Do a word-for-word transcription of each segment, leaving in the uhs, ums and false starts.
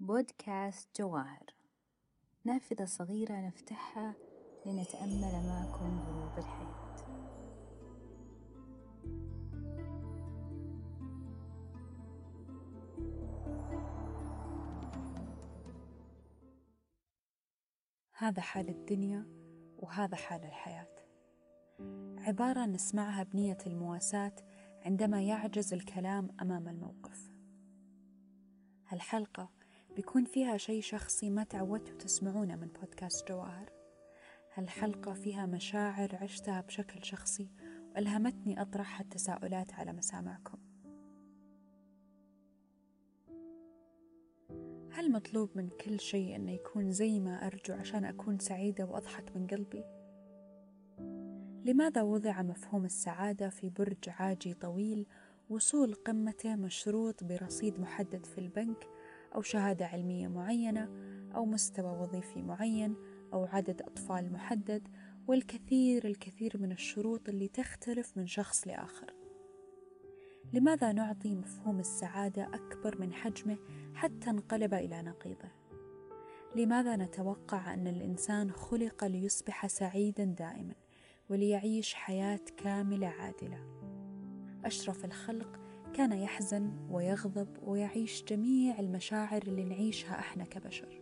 بودكاست جواهر، نافذة صغيرة نفتحها لنتأمل معكم غروب الحياة. هذا حال الدنيا وهذا حال الحياة، عبارة نسمعها بنية المواساة عندما يعجز الكلام أمام الموقف. هالحلقة بيكون فيها شيء شخصي ما تعودتوا تسمعونه من بودكاست جواهر. هالحلقة فيها مشاعر عشتها بشكل شخصي وألهمتني أطرح التساؤلات على مسامعكم. هل مطلوب من كل شيء أنه يكون زي ما أرجو عشان أكون سعيدة وأضحك من قلبي؟ لماذا وضع مفهوم السعادة في برج عاجي طويل وصول قمته مشروط برصيد محدد في البنك أو شهادة علمية معينة أو مستوى وظيفي معين أو عدد أطفال محدد والكثير الكثير من الشروط اللي تختلف من شخص لآخر؟ لماذا نعطي مفهوم السعادة أكبر من حجمه حتى انقلب إلى نقيضه؟ لماذا نتوقع أن الإنسان خلق ليصبح سعيدا دائما وليعيش حياة كاملة عادلة؟ أشرف الخلق كان يحزن ويغضب ويعيش جميع المشاعر اللي نعيشها إحنا كبشر.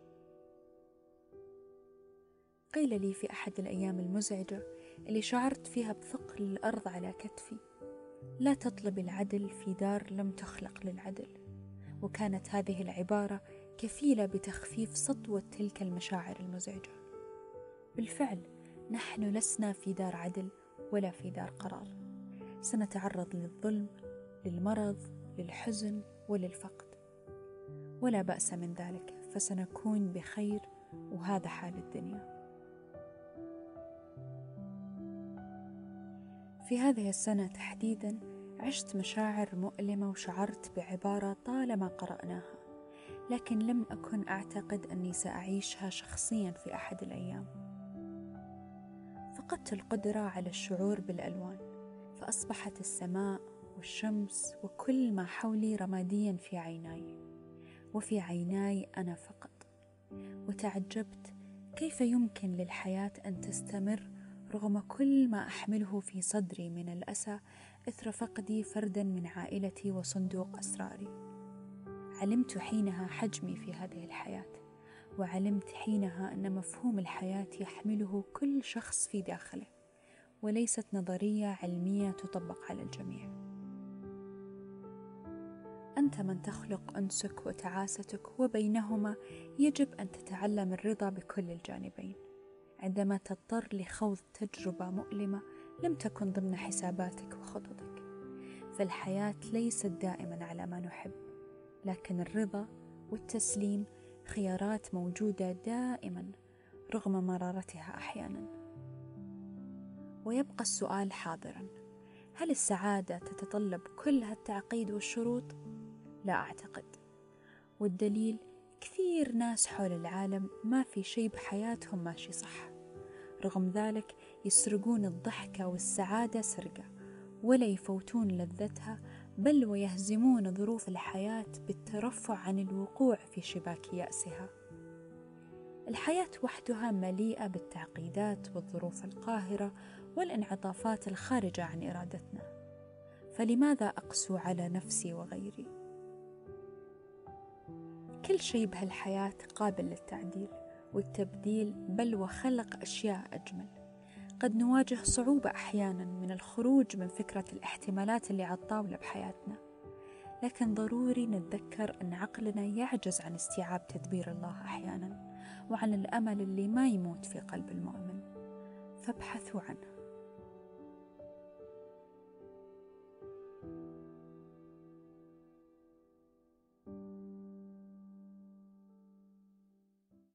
قيل لي في أحد الأيام المزعجة اللي شعرت فيها بثقل الأرض على كتفي: لا تطلب العدل في دار لم تخلق للعدل. وكانت هذه العبارة كفيلة بتخفيف سطوة تلك المشاعر المزعجة. بالفعل نحن لسنا في دار عدل ولا في دار قرار، سنتعرض للظلم، للمرض، للحزن وللفقد، ولا بأس من ذلك، فسنكون بخير، وهذا حال الدنيا. في هذه السنة تحديدا عشت مشاعر مؤلمة وشعرت بعبارة طالما قرأناها لكن لم أكن أعتقد أني سأعيشها شخصيا في أحد الأيام. فقدت القدرة على الشعور بالألوان، فأصبحت السماء والشمس وكل ما حولي رماديا في عيناي، وفي عيناي أنا فقط. وتعجبت كيف يمكن للحياة أن تستمر رغم كل ما أحمله في صدري من الأسى إثر فقدي فردا من عائلتي وصندوق أسراري. علمت حينها حجمي في هذه الحياة، وعلمت حينها أن مفهوم الحياة يحمله كل شخص في داخله، وليست نظرية علمية تطبق على الجميع. أنت من تخلق أنسك وتعاستك، وبينهما يجب أن تتعلم الرضا بكل الجانبين. عندما تضطر لخوض تجربة مؤلمة لم تكن ضمن حساباتك وخططك، فالحياة ليست دائما على ما نحب، لكن الرضا والتسليم خيارات موجودة دائما رغم مرارتها أحيانا. ويبقى السؤال حاضرا: هل السعادة تتطلب كل هالتعقيد والشروط؟ لا أعتقد. والدليل كثير ناس حول العالم ما في شيء بحياتهم ماشي صح، رغم ذلك يسرقون الضحكة والسعادة سرقة، ولا يفوتون لذتها، بل ويهزمون ظروف الحياة بالترفع عن الوقوع في شباك يأسها. الحياة وحدها مليئة بالتعقيدات والظروف القاهرة والانعطافات الخارجة عن إرادتنا، فلماذا أقسو على نفسي وغيري؟ كل شيء بهالحياة قابل للتعديل والتبديل، بل وخلق أشياء أجمل. قد نواجه صعوبة أحيانا من الخروج من فكرة الاحتمالات اللي على الطاولة بحياتنا، لكن ضروري نتذكر أن عقلنا يعجز عن استيعاب تدبير الله أحيانا، وعن الأمل اللي ما يموت في قلب المؤمن، فابحثوا عنه.